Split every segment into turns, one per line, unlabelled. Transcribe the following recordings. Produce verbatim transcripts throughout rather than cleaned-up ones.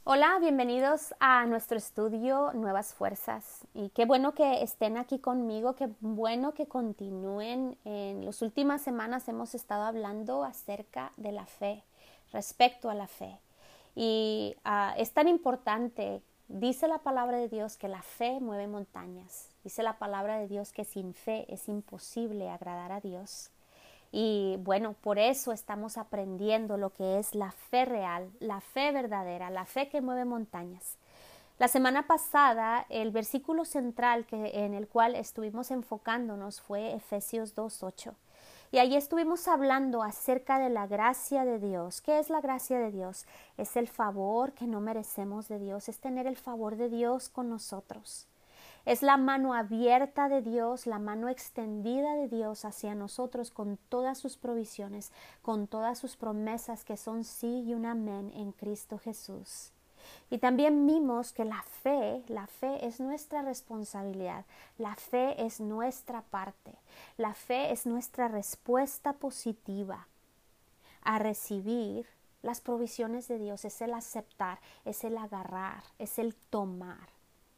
Hola, bienvenidos a nuestro estudio Nuevas Fuerzas. Y qué bueno que estén aquí conmigo, qué bueno que continúen. En las últimas semanas hemos estado hablando acerca de la fe, respecto a la fe. Y uh, es tan importante, dice la palabra de Dios que la fe mueve montañas. Dice la palabra de Dios que sin fe es imposible agradar a Dios. Y bueno, por eso estamos aprendiendo lo que es la fe real, la fe verdadera, la fe que mueve montañas. La semana pasada, el versículo central que, en el cual estuvimos enfocándonos fue Efesios dos ocho. Y ahí estuvimos hablando acerca de la gracia de Dios. ¿Qué es la gracia de Dios? Es el favor que no merecemos de Dios, es tener el favor de Dios con nosotros. Es la mano abierta de Dios, la mano extendida de Dios hacia nosotros con todas sus provisiones, con todas sus promesas que son sí y un amén en Cristo Jesús. Y también vimos que la fe, la fe es nuestra responsabilidad, la fe es nuestra parte, la fe es nuestra respuesta positiva a recibir las provisiones de Dios, es el aceptar, es el agarrar, es el tomar.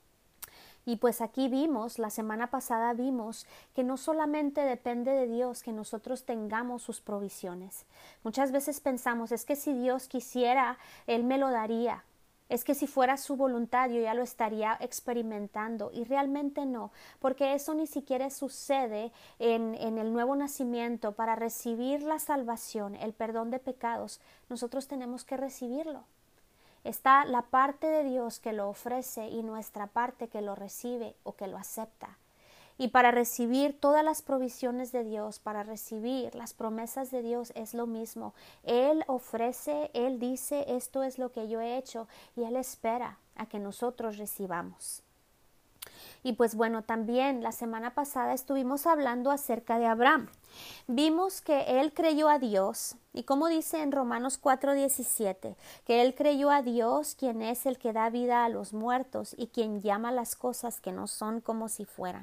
Y pues aquí vimos, la semana pasada vimos que no solamente depende de Dios que nosotros tengamos sus provisiones. Muchas veces pensamos, es que si Dios quisiera, Él me lo daría. Es que si fuera su voluntad yo ya lo estaría experimentando. Y realmente no, porque eso ni siquiera sucede en, en el nuevo nacimiento. Para recibir la salvación, el perdón de pecados, nosotros tenemos que recibirlo. Está la parte de Dios que lo ofrece y nuestra parte que lo recibe o que lo acepta. Y para recibir todas las provisiones de Dios, para recibir las promesas de Dios es lo mismo. Él ofrece, Él dice, esto es lo que yo he hecho y Él espera a que nosotros recibamos. Y pues bueno, también la semana pasada estuvimos hablando acerca de Abraham. Vimos que él creyó a Dios y como dice en Romanos cuatro diecisiete, que él creyó a Dios, quien es el que da vida a los muertos y quien llama las cosas que no son como si fueran.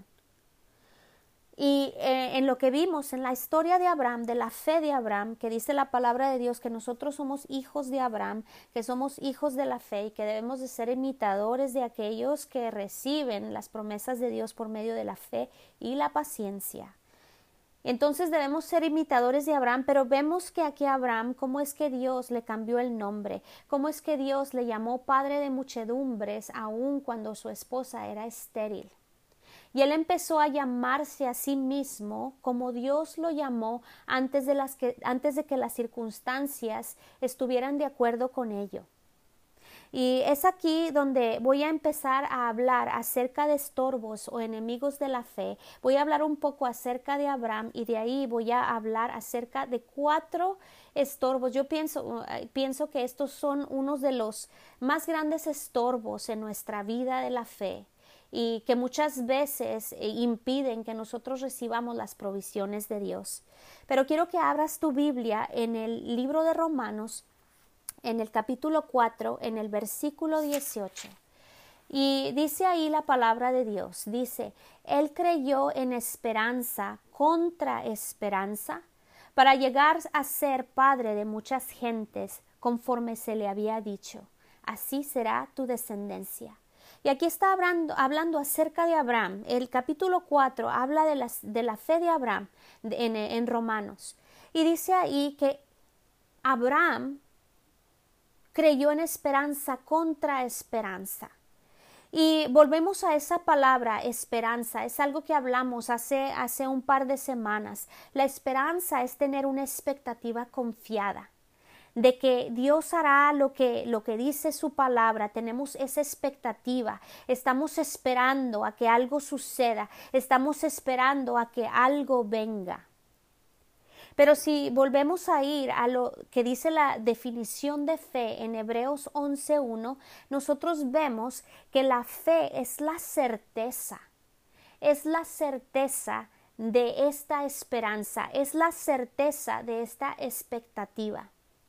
Y eh, en lo que vimos en la historia de Abraham, de la fe de Abraham, que dice la palabra de Dios que nosotros somos hijos de Abraham, que somos hijos de la fe y que debemos de ser imitadores de aquellos que reciben las promesas de Dios por medio de la fe y la paciencia. Entonces debemos ser imitadores de Abraham, pero vemos que aquí a Abraham, cómo es que Dios le cambió el nombre, cómo es que Dios le llamó padre de muchedumbres aun cuando su esposa era estéril. Y él empezó a llamarse a sí mismo como Dios lo llamó antes de, las que, antes de que las circunstancias estuvieran de acuerdo con ello. Y es aquí donde voy a empezar a hablar acerca de estorbos o enemigos de la fe. Voy a hablar un poco acerca de Abraham y de ahí voy a hablar acerca de cuatro estorbos. Yo pienso, pienso que estos son unos de los más grandes estorbos en nuestra vida de la fe y que muchas veces impiden que nosotros recibamos las provisiones de Dios. Pero quiero que abras tu Biblia en el libro de Romanos, en el capítulo cuatro, en el versículo dieciocho. Y dice ahí la palabra de Dios, dice, él creyó en esperanza contra esperanza para llegar a ser padre de muchas gentes conforme se le había dicho, así será tu descendencia. Y aquí está hablando, hablando acerca de Abraham. El capítulo cuatro habla de, las, de la fe de Abraham en, en Romanos. Y dice ahí que Abraham creyó en esperanza contra esperanza. Y volvemos a esa palabra, esperanza. Es algo que hablamos hace, hace un par de semanas. La esperanza es tener una expectativa confiada de que Dios hará lo que, lo que dice su palabra. Tenemos esa expectativa, estamos esperando a que algo suceda, estamos esperando a que algo venga. Pero si volvemos a ir a lo que dice la definición de fe en Hebreos once uno, nosotros vemos que la fe es la certeza, es la certeza de esta esperanza, es la certeza de esta expectativa.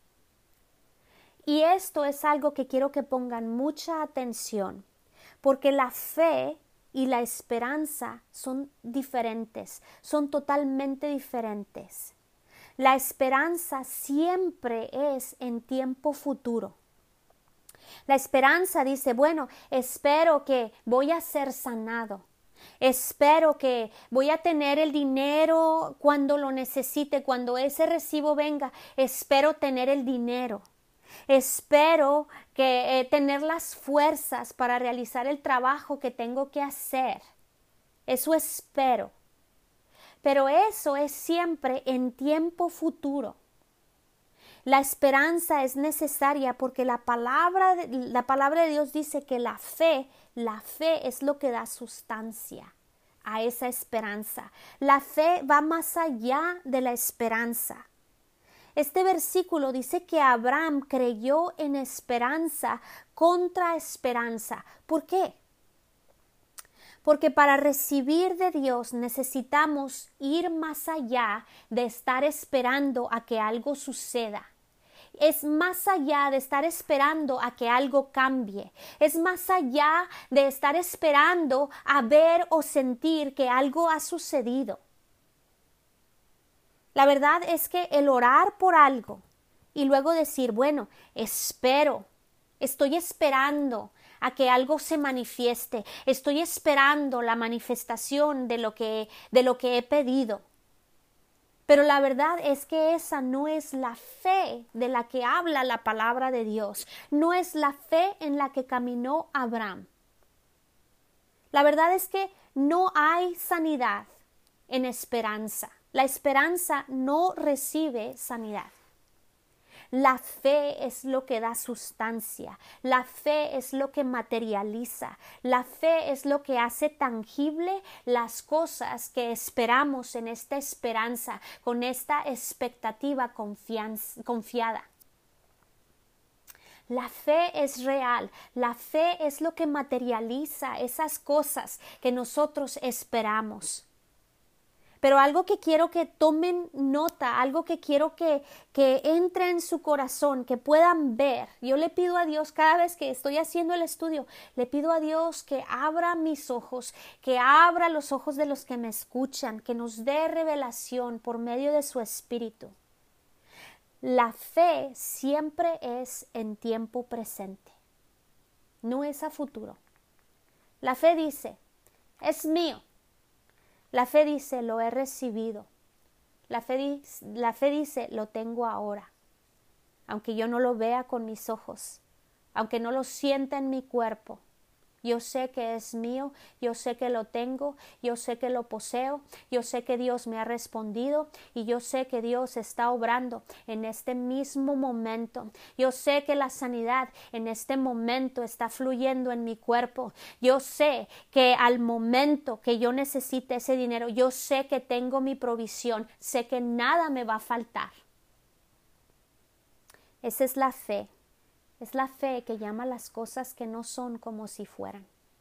Y esto es algo que quiero que pongan mucha atención, porque la fe y la esperanza son diferentes, son totalmente diferentes. La esperanza siempre es en tiempo futuro. La esperanza dice, bueno, espero que voy a ser sanado. Espero que voy a tener el dinero cuando lo necesite, cuando ese recibo venga. Espero tener el dinero. Espero que eh, tener las fuerzas para realizar el trabajo que tengo que hacer. Eso espero. Pero eso es siempre en tiempo futuro. La esperanza es necesaria porque la palabra, de, la palabra de Dios dice que la fe, la fe es lo que da sustancia a esa esperanza. La fe va más allá de la esperanza. Este versículo dice que Abraham creyó en esperanza contra esperanza. ¿Por qué? Porque para recibir de Dios necesitamos ir más allá de estar esperando a que algo suceda. Es más allá de estar esperando a que algo cambie. Es más allá de estar esperando a ver o sentir que algo ha sucedido. La verdad es que el orar por algo y luego decir, bueno, espero, estoy esperando a que algo se manifieste, estoy esperando la manifestación de lo que, de lo que he pedido. Pero la verdad es que esa no es la fe de la que habla la palabra de Dios. No es la fe en la que caminó Abraham. La verdad es que no hay sanidad en esperanza. La esperanza no recibe sanidad. La fe es lo que da sustancia, la fe es lo que materializa, la fe es lo que hace tangible las cosas que esperamos en esta esperanza, con esta expectativa confiada. La fe es real, la fe es lo que materializa esas cosas que nosotros esperamos. Pero algo que quiero que tomen nota, algo que quiero que, que entre en su corazón, que puedan ver. Yo le pido a Dios cada vez que estoy haciendo el estudio, le pido a Dios que abra mis ojos, que abra los ojos de los que me escuchan, que nos dé revelación por medio de su Espíritu. La fe siempre es en tiempo presente, no es a futuro. La fe dice, es mío. La fe dice, lo he recibido. La fe, la fe dice, lo tengo ahora. Aunque yo no lo vea con mis ojos, aunque no lo sienta en mi cuerpo, yo sé que es mío, yo sé que lo tengo, yo sé que lo poseo, yo sé que Dios me ha respondido y yo sé que Dios está obrando en este mismo momento. Yo sé que la sanidad en este momento está fluyendo en mi cuerpo. Yo sé que al momento que yo necesite ese dinero, yo sé que tengo mi provisión, sé que nada me va a faltar. Esa es la fe. Es la fe que llama las cosas que no son como si fueran.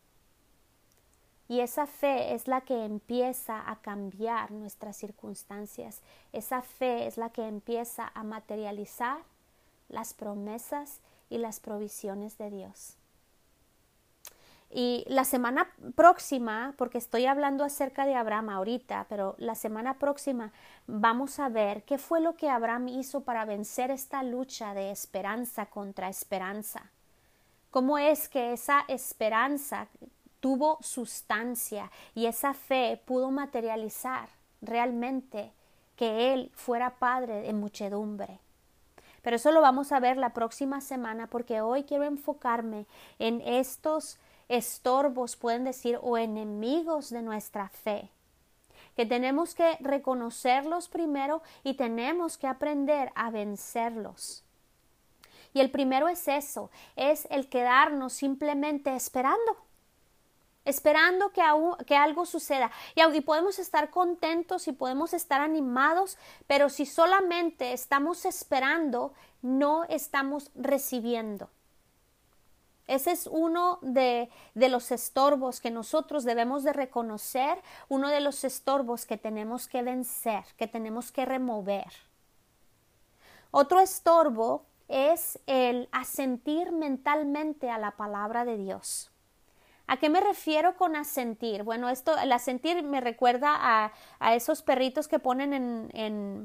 Y esa fe es la que empieza a cambiar nuestras circunstancias. Esa fe es la que empieza a materializar las promesas y las provisiones de Dios. Y la semana próxima, porque estoy hablando acerca de Abraham ahorita, pero la semana próxima vamos a ver qué fue lo que Abraham hizo para vencer esta lucha de esperanza contra esperanza. Cómo es que esa esperanza tuvo sustancia y esa fe pudo materializar realmente que él fuera padre de muchedumbre. Pero eso lo vamos a ver la próxima semana, porque hoy quiero enfocarme en estos estorbos, pueden decir, o enemigos de nuestra fe, que tenemos que reconocerlos primero y tenemos que aprender a vencerlos. Y el primero es eso, es el quedarnos simplemente esperando, esperando que, aún, que algo suceda. Y, y podemos estar contentos y podemos estar animados, pero si solamente estamos esperando, no estamos recibiendo. Ese es uno de, de los estorbos que nosotros debemos de reconocer, uno de los estorbos que tenemos que vencer, que tenemos que remover. Otro estorbo es el asentir mentalmente a la palabra de Dios. ¿A qué me refiero con asentir? Bueno, esto, el asentir me recuerda a, a esos perritos que ponen en, en,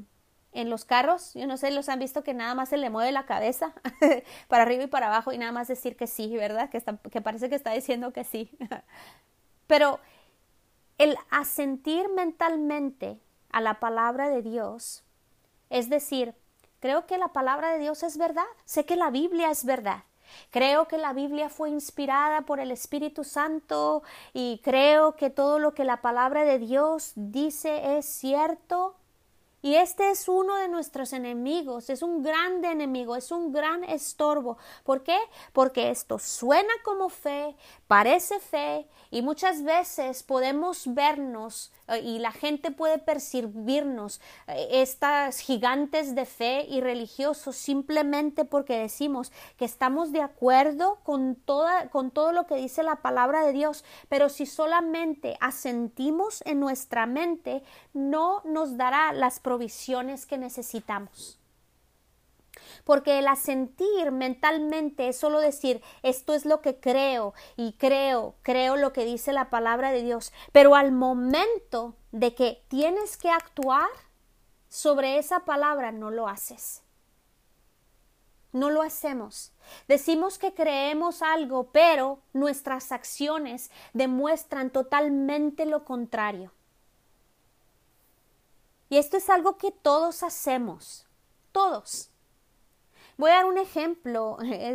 en los carros, yo no sé, los han visto que nada más se le mueve la cabeza para arriba y para abajo y nada más decir que sí, ¿verdad? Que, está, que parece que está diciendo que sí. Pero el asentir mentalmente a la palabra de Dios, es decir, creo que la palabra de Dios es verdad, sé que la Biblia es verdad. Creo que la Biblia fue inspirada por el Espíritu Santo y creo que todo lo que la palabra de Dios dice es cierto. Y este es uno de nuestros enemigos, es un grande enemigo, es un gran estorbo. ¿Por qué? Porque esto suena como fe, parece fe y muchas veces podemos vernos eh, y la gente puede percibirnos eh, estas gigantes de fe y religiosos simplemente porque decimos que estamos de acuerdo con, toda, con todo lo que dice la palabra de Dios, pero si solamente asentimos en nuestra mente, no nos dará las provisiones que necesitamos. Porque el asentir mentalmente es solo decir, esto es lo que creo y creo, creo lo que dice la palabra de Dios, pero al momento de que tienes que actuar sobre esa palabra no lo haces. No lo hacemos. Decimos que creemos algo, pero nuestras acciones demuestran totalmente lo contrario. Y esto es algo que todos hacemos, todos. Voy a dar un ejemplo,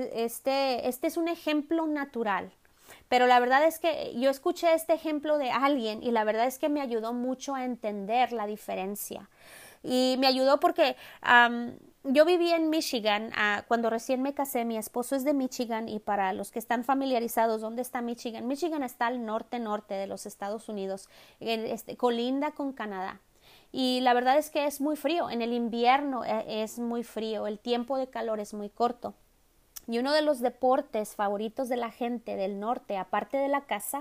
este, este es un ejemplo natural, pero la verdad es que yo escuché este ejemplo de alguien y la verdad es que me ayudó mucho a entender la diferencia. Y me ayudó porque um, yo viví en Michigan uh, cuando recién me casé, mi esposo es de Michigan y para los que están familiarizados, ¿dónde está Michigan? Michigan está al norte-norte de los Estados Unidos, en, este, colinda con Canadá. Y la verdad es que es muy frío, en el invierno es muy frío, el tiempo de calor es muy corto. Y uno de los deportes favoritos de la gente del norte, aparte de la caza,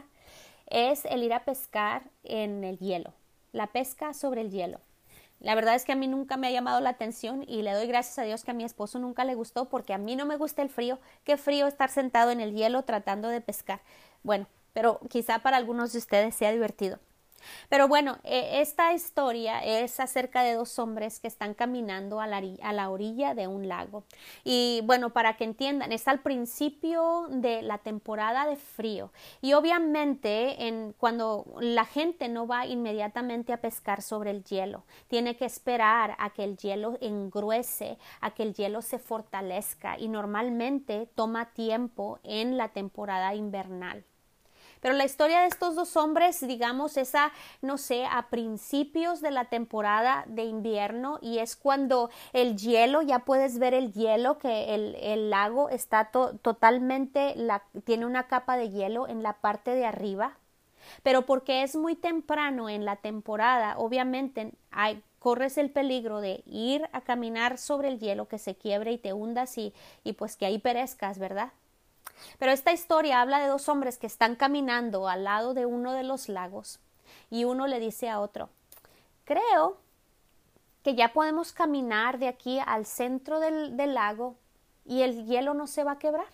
es el ir a pescar en el hielo, la pesca sobre el hielo. La verdad es que a mí nunca me ha llamado la atención y le doy gracias a Dios que a mi esposo nunca le gustó porque a mí no me gusta el frío. Qué frío estar sentado en el hielo tratando de pescar. Bueno, pero quizá para algunos de ustedes sea divertido. Pero bueno, eh, esta historia es acerca de dos hombres que están caminando a la, a la orilla de un lago. Y bueno, para que entiendan, es al principio de la temporada de frío. Y obviamente en, cuando la gente no va inmediatamente a pescar sobre el hielo, tiene que esperar a que el hielo engruese, a que el hielo se fortalezca y normalmente toma tiempo en la temporada invernal. Pero la historia de estos dos hombres, digamos, es a, no sé, a principios de la temporada de invierno y es cuando el hielo, ya puedes ver el hielo, que el, el lago está to, totalmente, la, tiene una capa de hielo en la parte de arriba. Pero porque es muy temprano en la temporada, obviamente hay, corres el peligro de ir a caminar sobre el hielo, que se quiebre y te hundas y, y pues que ahí perezcas, ¿verdad? Pero esta historia habla de dos hombres que están caminando al lado de uno de los lagos y uno le dice a otro, creo que ya podemos caminar de aquí al centro del, del lago y el hielo no se va a quebrar.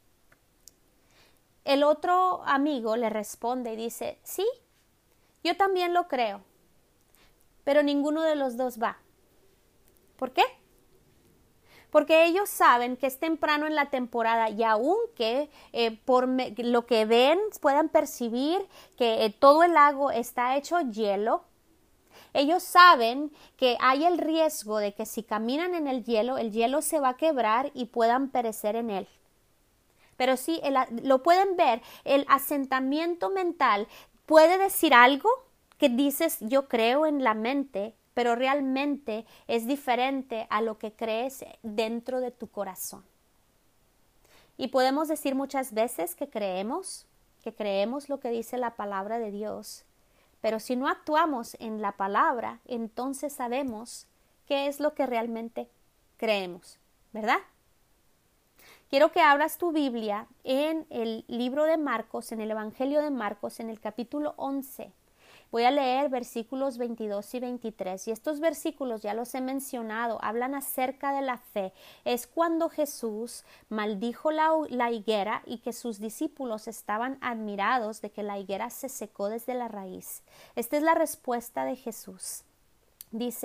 El otro amigo le responde y dice, sí, yo también lo creo, pero ninguno de los dos va. ¿Por qué? Porque ellos saben que es temprano en la temporada y aunque eh, por me, lo que ven puedan percibir que eh, todo el lago está hecho hielo, ellos saben que hay el riesgo de que si caminan en el hielo, el hielo se va a quebrar y puedan perecer en él. Pero sí, el, lo pueden ver, el asentamiento mental puede decir algo que dices yo creo en la mente, pero realmente es diferente a lo que crees dentro de tu corazón. Y podemos decir muchas veces que creemos, que creemos lo que dice la palabra de Dios, pero si no actuamos en la palabra, entonces sabemos qué es lo que realmente creemos, ¿verdad? Quiero que abras tu Biblia en el libro de Marcos, en el Evangelio de Marcos, en el capítulo once. Voy a leer versículos veintidós y veintitrés y estos versículos ya los he mencionado, hablan acerca de la fe. Es cuando Jesús maldijo la, la higuera y que sus discípulos estaban admirados de que la higuera se secó desde la raíz. Esta es la respuesta de Jesús. Dice,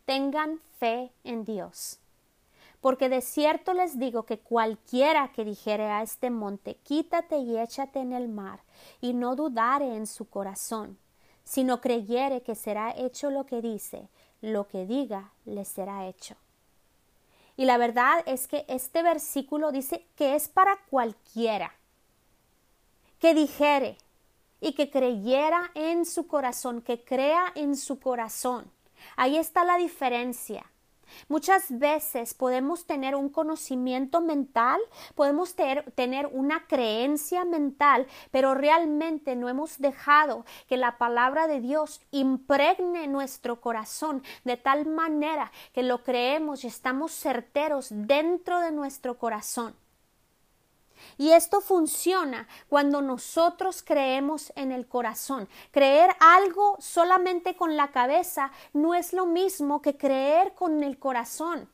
tengan fe en Dios. Porque de cierto les digo que cualquiera que dijere a este monte, quítate y échate en el mar, y no dudare en su corazón, sino creyere que será hecho lo que dice, lo que diga le será hecho. Y la verdad es que este versículo dice que es para cualquiera que dijere y que creyera en su corazón, que crea en su corazón. Ahí está la diferencia. Muchas veces podemos tener un conocimiento mental, podemos ter, tener una creencia mental, pero realmente no hemos dejado que la palabra de Dios impregne nuestro corazón de tal manera que lo creemos y estamos certeros dentro de nuestro corazón. Y esto funciona cuando nosotros creemos en el corazón. Creer algo solamente con la cabeza no es lo mismo que creer con el corazón.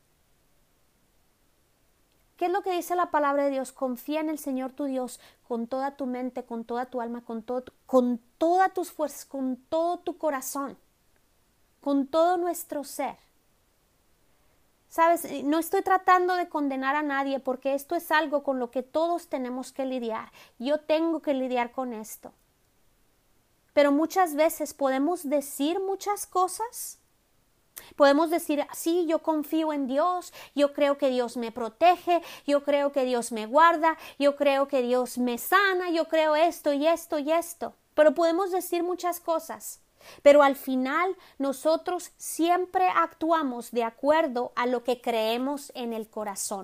¿Qué es lo que dice la palabra de Dios? Confía en el Señor tu Dios con toda tu mente, con toda tu alma, con, todo, con todas tus fuerzas, con todo tu corazón, con todo nuestro ser. Sabes, no estoy tratando de condenar a nadie porque esto es algo con lo que todos tenemos que lidiar. Yo tengo que lidiar con esto. Pero muchas veces podemos decir muchas cosas. Podemos decir, sí, yo confío en Dios, yo creo que Dios me protege, yo creo que Dios me guarda, yo creo que Dios me sana, yo creo esto y esto y esto. Pero podemos decir muchas cosas. Pero al final nosotros siempre actuamos de acuerdo a lo que creemos en el corazón.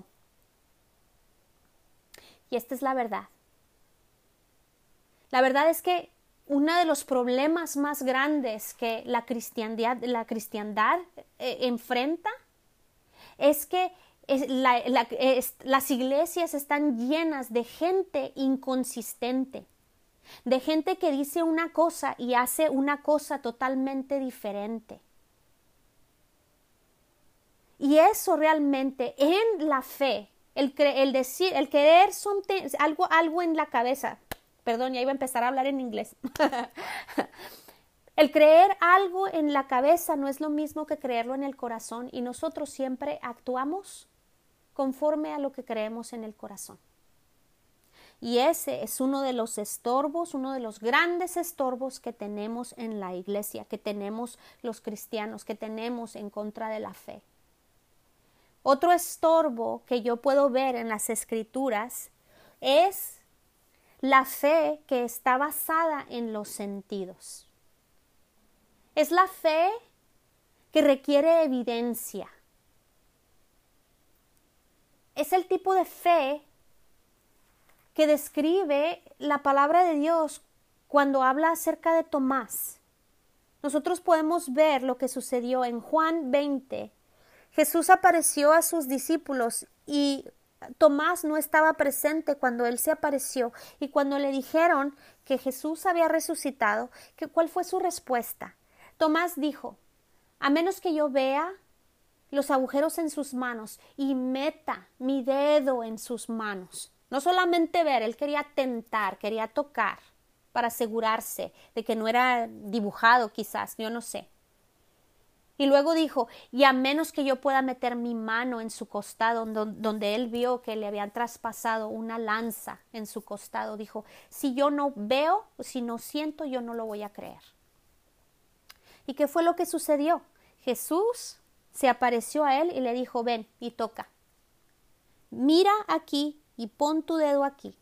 Y esta es la verdad. La verdad es que uno de los problemas más grandes que la cristiandad, la cristiandad eh, enfrenta es que es la, la, es, las iglesias están llenas de gente inconsistente. De gente que dice una cosa y hace una cosa totalmente diferente. Y eso realmente en la fe, el, cre el decir, el querer algo, algo en la cabeza, perdón, ya iba a empezar a hablar en inglés. El creer algo en la cabeza no es lo mismo que creerlo en el corazón, y nosotros siempre actuamos conforme a lo que creemos en el corazón. Y ese es uno de los estorbos, uno de los grandes estorbos que tenemos en la iglesia, que tenemos los cristianos, que tenemos en contra de la fe. Otro estorbo que yo puedo ver en las escrituras es la fe que está basada en los sentidos. Es la fe que requiere evidencia. Es el tipo de fe que describe la palabra de Dios cuando habla acerca de Tomás. Nosotros podemos ver lo que sucedió en Juan veinte. Jesús apareció a sus discípulos y Tomás no estaba presente cuando él se apareció, y cuando le dijeron que Jesús había resucitado, que, ¿cuál fue su respuesta? Tomás dijo, a menos que yo vea los agujeros en sus manos y meta mi dedo en sus manos. No solamente ver, él quería tentar, quería tocar para asegurarse de que no era dibujado quizás, yo no sé. Y luego dijo, y a menos que yo pueda meter mi mano en su costado, donde él vio que le habían traspasado una lanza en su costado, dijo, si yo no veo, si no siento, yo no lo voy a creer. ¿Y qué fue lo que sucedió? Jesús se apareció a él y le dijo, ven y toca. Mira aquí y pon tu dedo aquí.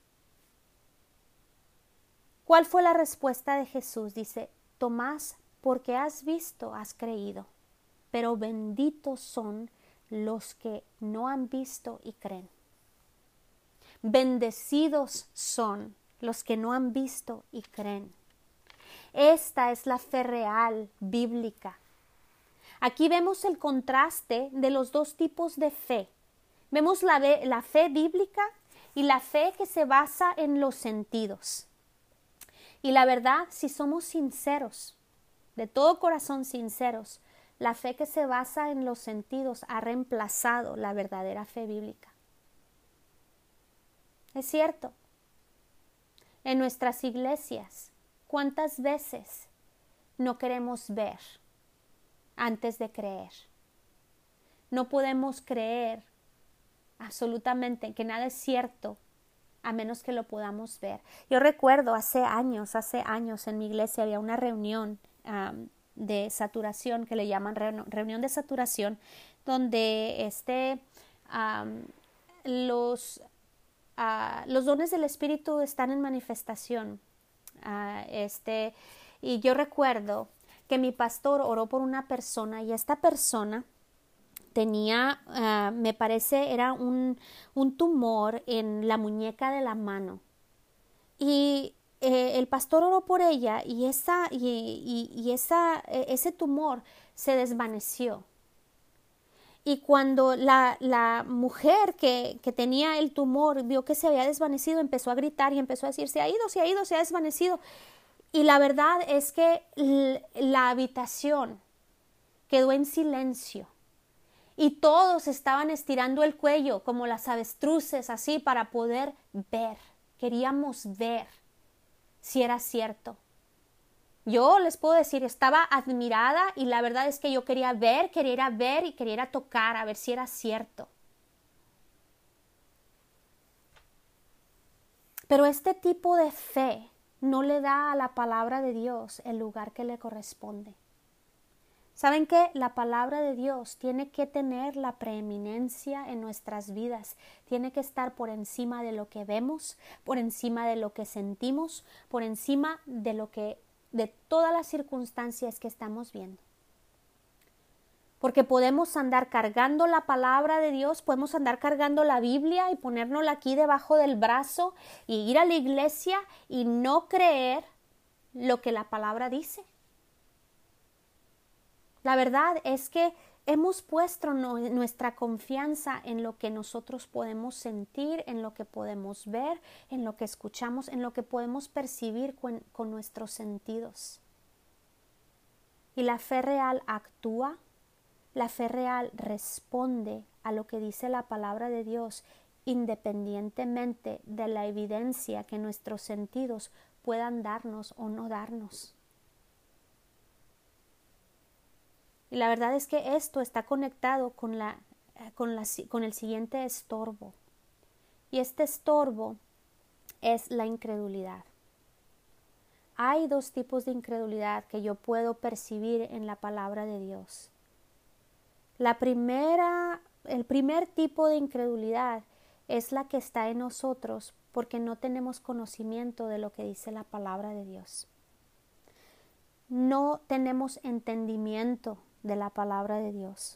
¿Cuál fue la respuesta de Jesús? Dice, Tomás, porque has visto, has creído. Pero benditos son los que no han visto y creen. Bendecidos son los que no han visto y creen. Esta es la fe real, bíblica. Aquí vemos el contraste de los dos tipos de fe. Vemos la, la fe bíblica y la fe que se basa en los sentidos. Y la verdad, si somos sinceros, de todo corazón sinceros, la fe que se basa en los sentidos ha reemplazado la verdadera fe bíblica. Es cierto. En nuestras iglesias, ¿cuántas veces no queremos ver antes de creer? no podemos creer absolutamente que nada es cierto a menos que lo podamos ver. Yo recuerdo hace años, hace años en mi iglesia había una reunión um, de saturación que le llaman reunión de saturación, donde este, um, los, uh, los dones del Espíritu están en manifestación. Uh, este, y yo recuerdo que mi pastor oró por una persona y esta persona tenía, uh, me parece, era un, un tumor en la muñeca de la mano. Y eh, el pastor oró por ella y, esa, y, y, y esa, ese tumor se desvaneció. Y cuando la, la mujer que, que tenía el tumor vio que se había desvanecido, empezó a gritar y empezó a decir, se ha ido, se ha ido, se ha desvanecido. Y la verdad es que la habitación quedó en silencio. Y todos estaban estirando el cuello como las avestruces así para poder ver. Queríamos ver si era cierto. Yo les puedo decir, estaba admirada y la verdad es que yo quería ver, quería ir a ver y quería ir a tocar a ver si era cierto. Pero este tipo de fe no le da a la palabra de Dios el lugar que le corresponde. ¿Saben qué? La palabra de Dios tiene que tener la preeminencia en nuestras vidas. Tiene que estar por encima de lo que vemos, por encima de lo que sentimos, por encima de lo que, de todas las circunstancias que estamos viendo. Porque podemos andar cargando la palabra de Dios, podemos andar cargando la Biblia y ponérnosla aquí debajo del brazo y ir a la iglesia y no creer lo que la palabra dice. La verdad es que hemos puesto no, nuestra confianza en lo que nosotros podemos sentir, en lo que podemos ver, en lo que escuchamos, en lo que podemos percibir con, con nuestros sentidos. Y la fe real actúa, la fe real responde a lo que dice la palabra de Dios, independientemente de la evidencia que nuestros sentidos puedan darnos o no darnos. Y la verdad es que esto está conectado con, la, con, la, con el siguiente estorbo. Y este estorbo es la incredulidad. Hay dos tipos de incredulidad que yo puedo percibir en la palabra de Dios. La primera, el primer tipo de incredulidad es la que está en nosotros porque no tenemos conocimiento de lo que dice la palabra de Dios. No tenemos entendimiento de la palabra de Dios.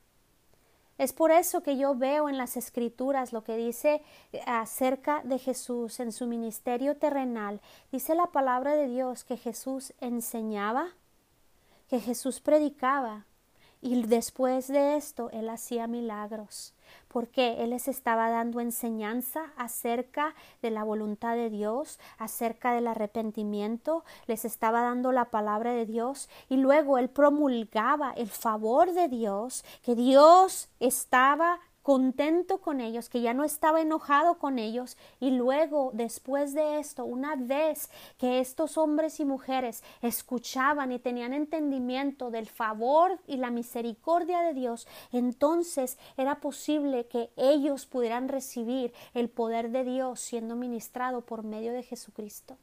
Es por eso que yo veo en las Escrituras lo que dice acerca de Jesús en su ministerio terrenal. Dice la palabra de Dios que Jesús enseñaba, que Jesús predicaba y después de esto Él hacía milagros. Porque Él les estaba dando enseñanza acerca de la voluntad de Dios, acerca del arrepentimiento, les estaba dando la palabra de Dios y luego Él promulgaba el favor de Dios, que Dios estaba contento con ellos, que ya no estaba enojado con ellos y luego después de esto, una vez que estos hombres y mujeres escuchaban y tenían entendimiento del favor y la misericordia de Dios, entonces era posible que ellos pudieran recibir el poder de Dios siendo ministrado por medio de Jesucristo.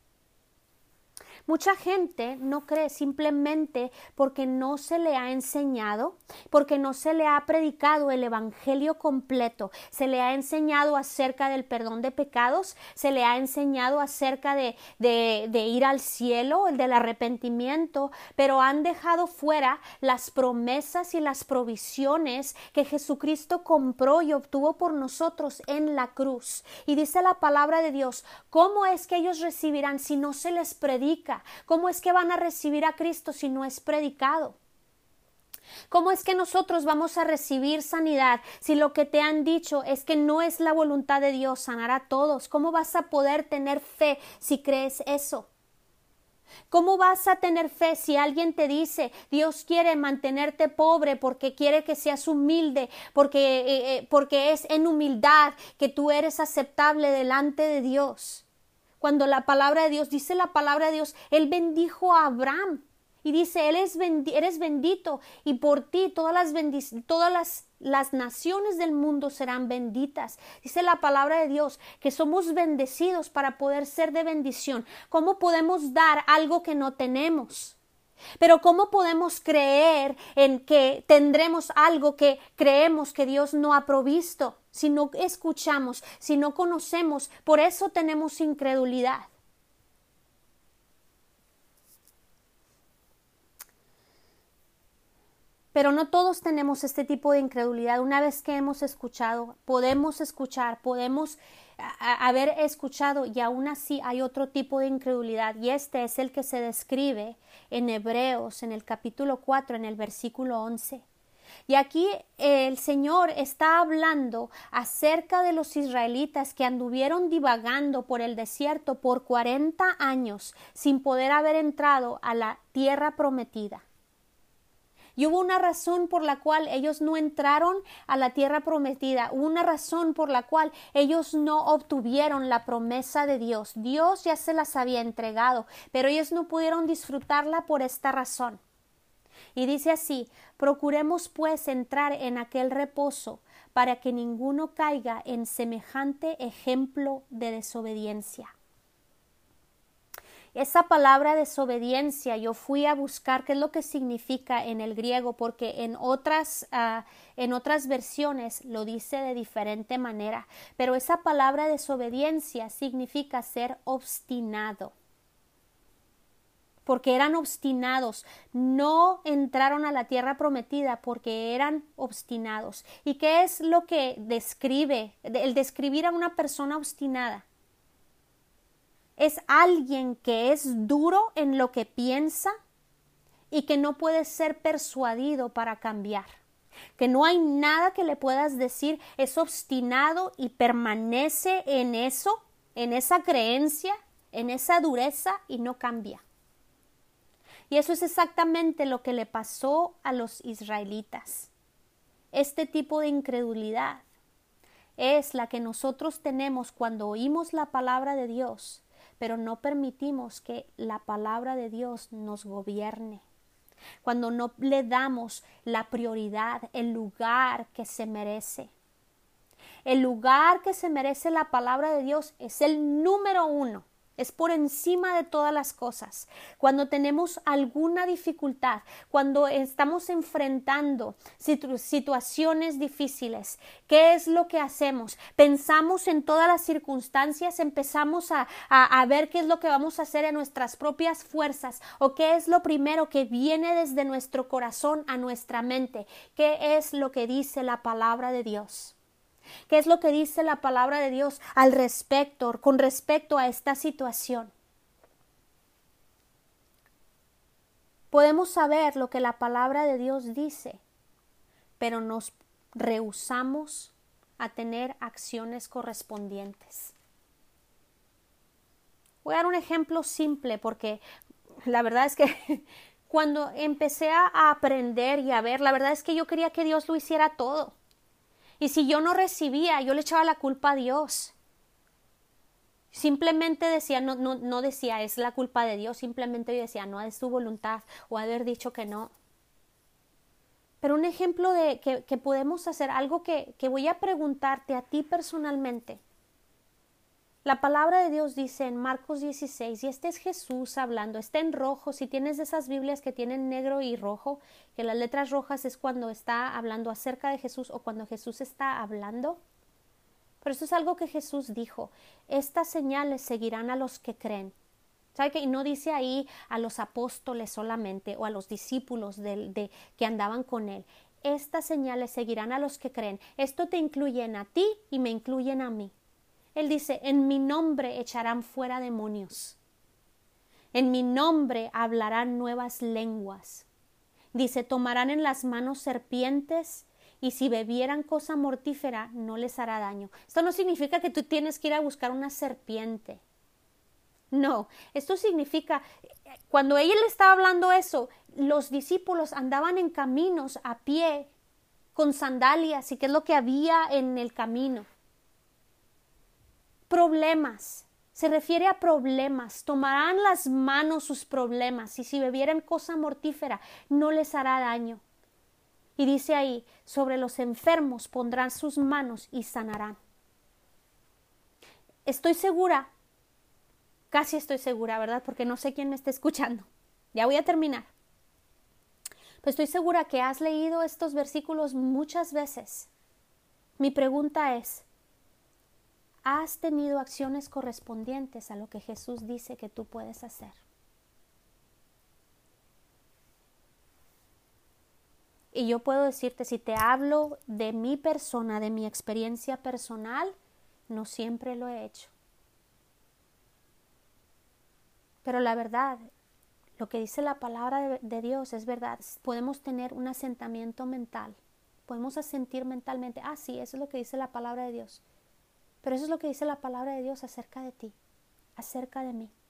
Mucha gente no cree simplemente porque no se le ha enseñado, porque no se le ha predicado el evangelio completo. Se le ha enseñado acerca del perdón de pecados, se le ha enseñado acerca de, de, de ir al cielo, el del arrepentimiento, pero han dejado fuera las promesas y las provisiones que Jesucristo compró y obtuvo por nosotros en la cruz. Y dice la palabra de Dios, ¿cómo es que ellos recibirán si no se les predica? ¿Cómo es que van a recibir a Cristo si no es predicado? ¿Cómo es que nosotros vamos a recibir sanidad si lo que te han dicho es que no es la voluntad de Dios sanar a todos? ¿Cómo vas a poder tener fe si crees eso? ¿Cómo vas a tener fe si alguien te dice Dios quiere mantenerte pobre porque quiere que seas humilde, porque, eh, eh, porque es en humildad que tú eres aceptable delante de Dios? Cuando la palabra de Dios, dice la palabra de Dios, Él bendijo a Abraham y dice, Él es bendi- eres bendito y por ti todas las, bendic- todas las las naciones del mundo serán benditas. Dice la palabra de Dios que somos bendecidos para poder ser de bendición. ¿Cómo podemos dar algo que no tenemos? Pero ¿cómo podemos creer en que tendremos algo que creemos que Dios no ha provisto? Si no escuchamos, si no conocemos, por eso tenemos incredulidad. Pero no todos tenemos este tipo de incredulidad. Una vez que hemos escuchado, podemos escuchar, podemos a, haber escuchado y aún así hay otro tipo de incredulidad y este es el que se describe en Hebreos en el capítulo cuatro, en el versículo once. Y aquí el Señor está hablando acerca de los israelitas que anduvieron divagando por el desierto por cuarenta años sin poder haber entrado a la tierra prometida. Y hubo una razón por la cual ellos no entraron a la tierra prometida. Hubo una razón por la cual ellos no obtuvieron la promesa de Dios. Dios ya se las había entregado, pero ellos no pudieron disfrutarla por esta razón. Y dice así: procuremos pues entrar en aquel reposo para que ninguno caiga en semejante ejemplo de desobediencia. Esa palabra desobediencia yo fui a buscar qué es lo que significa en el griego, porque en otras, uh, en otras versiones lo dice de diferente manera, pero esa palabra desobediencia significa ser obstinado. Porque eran obstinados, no entraron a la tierra prometida porque eran obstinados. ¿Y qué es lo que describe, el describir a una persona obstinada? Es alguien que es duro en lo que piensa y que no puede ser persuadido para cambiar. Que no hay nada que le puedas decir, es obstinado y permanece en eso, en esa creencia, en esa dureza y no cambia. Y eso es exactamente lo que le pasó a los israelitas. Este tipo de incredulidad es la que nosotros tenemos cuando oímos la palabra de Dios, pero no permitimos que la palabra de Dios nos gobierne. Cuando no le damos la prioridad, el lugar que se merece. El lugar que se merece la palabra de Dios es el número uno. Es por encima de todas las cosas. Cuando tenemos alguna dificultad, cuando estamos enfrentando situ- situaciones difíciles, ¿qué es lo que hacemos? Pensamos en todas las circunstancias, empezamos a, a, a ver qué es lo que vamos a hacer en nuestras propias fuerzas o qué es lo primero que viene desde nuestro corazón a nuestra mente. ¿Qué es lo que dice la palabra de Dios? ¿Qué es lo que dice la palabra de Dios al respecto, con respecto a esta situación? Podemos saber lo que la palabra de Dios dice, pero nos rehusamos a tener acciones correspondientes. Voy a dar un ejemplo simple porque la verdad es que cuando empecé a aprender y a ver, la verdad es que yo quería que Dios lo hiciera todo. Y si yo no recibía, yo le echaba la culpa a Dios. Simplemente decía, no, no, no decía, es la culpa de Dios. Simplemente yo decía, no, es su voluntad o haber dicho que no. Pero un ejemplo de que, que podemos hacer, algo que, que voy a preguntarte a ti personalmente. La palabra de Dios dice en Marcos dieciséis, y este es Jesús hablando, está en rojo. Si tienes de esas Biblias que tienen negro y rojo, que las letras rojas es cuando está hablando acerca de Jesús o cuando Jesús está hablando. Pero eso es algo que Jesús dijo, estas señales seguirán a los que creen. ¿Sabe qué? Y no dice ahí a los apóstoles solamente o a los discípulos de, de, que andaban con él. Estas señales seguirán a los que creen. Esto te incluyen a ti y me incluyen a mí. Él dice, en mi nombre echarán fuera demonios. En mi nombre hablarán nuevas lenguas. Dice, tomarán en las manos serpientes y si bebieran cosa mortífera no les hará daño. Esto no significa que tú tienes que ir a buscar una serpiente. No, esto significa, cuando ella le estaba hablando eso, los discípulos andaban en caminos a pie, con sandalias, y qué es lo que había en el camino. Problemas, se refiere a problemas, tomarán las manos sus problemas y si bebieran cosa mortífera no les hará daño. Y dice ahí, sobre los enfermos pondrán sus manos y sanarán. Estoy segura, casi estoy segura, ¿verdad? Porque no sé quién me está escuchando. Ya voy a terminar. Pero estoy segura que has leído estos versículos muchas veces. Mi pregunta es, ¿has tenido acciones correspondientes a lo que Jesús dice que tú puedes hacer? Y yo puedo decirte, si te hablo de mi persona, de mi experiencia personal, no siempre lo he hecho. Pero la verdad, lo que dice la palabra de, de Dios es verdad. Podemos tener un asentamiento mental. Podemos asentir mentalmente, ah, sí, eso es lo que dice la palabra de Dios. Pero eso es lo que dice la palabra de Dios acerca de ti, acerca de mí.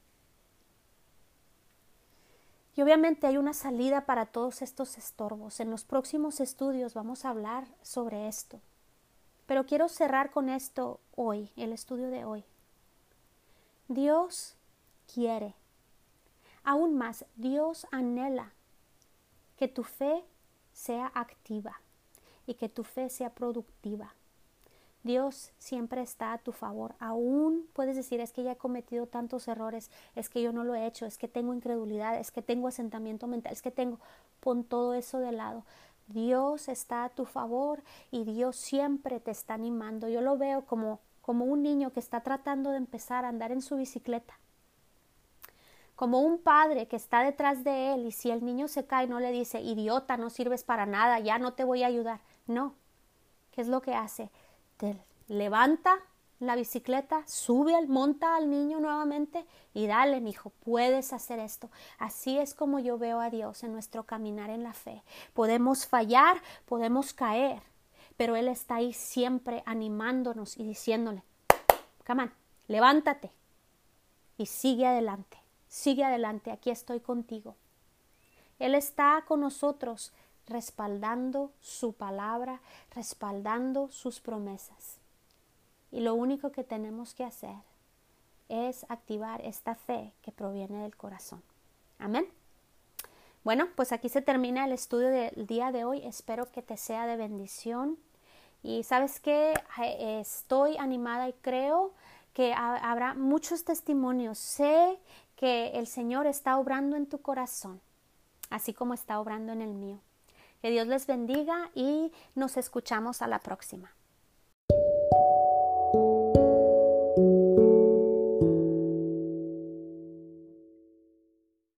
Y obviamente hay una salida para todos estos estorbos. En los próximos estudios vamos a hablar sobre esto. Pero quiero cerrar con esto hoy, el estudio de hoy. Dios quiere, aún más, Dios anhela que tu fe sea activa y que tu fe sea productiva. Dios siempre está a tu favor. Aún puedes decir, es que ya he cometido tantos errores, es que yo no lo he hecho, es que tengo incredulidad, es que tengo asentamiento mental, es que tengo, pon todo eso de lado. Dios está a tu favor y Dios siempre te está animando. Yo lo veo como, como un niño que está tratando de empezar a andar en su bicicleta. Como un padre que está detrás de él y si el niño se cae no le dice, idiota, no sirves para nada, ya no te voy a ayudar. No. ¿Qué es lo que hace? Te levanta la bicicleta, sube, al, monta al niño nuevamente y dale, mijo, puedes hacer esto. Así es como yo veo a Dios en nuestro caminar en la fe. Podemos fallar, podemos caer, pero Él está ahí siempre animándonos y diciéndole, come on, levántate y sigue adelante, sigue adelante, aquí estoy contigo. Él está con nosotros respaldando su palabra, respaldando sus promesas. Y lo único que tenemos que hacer es activar esta fe que proviene del corazón. Amén. Bueno, pues aquí se termina el estudio del día de hoy. Espero que te sea de bendición. Y sabes que estoy animada y creo que habrá muchos testimonios. Sé que el Señor está obrando en tu corazón, así como está obrando en el mío. Que Dios les bendiga y nos escuchamos a la próxima.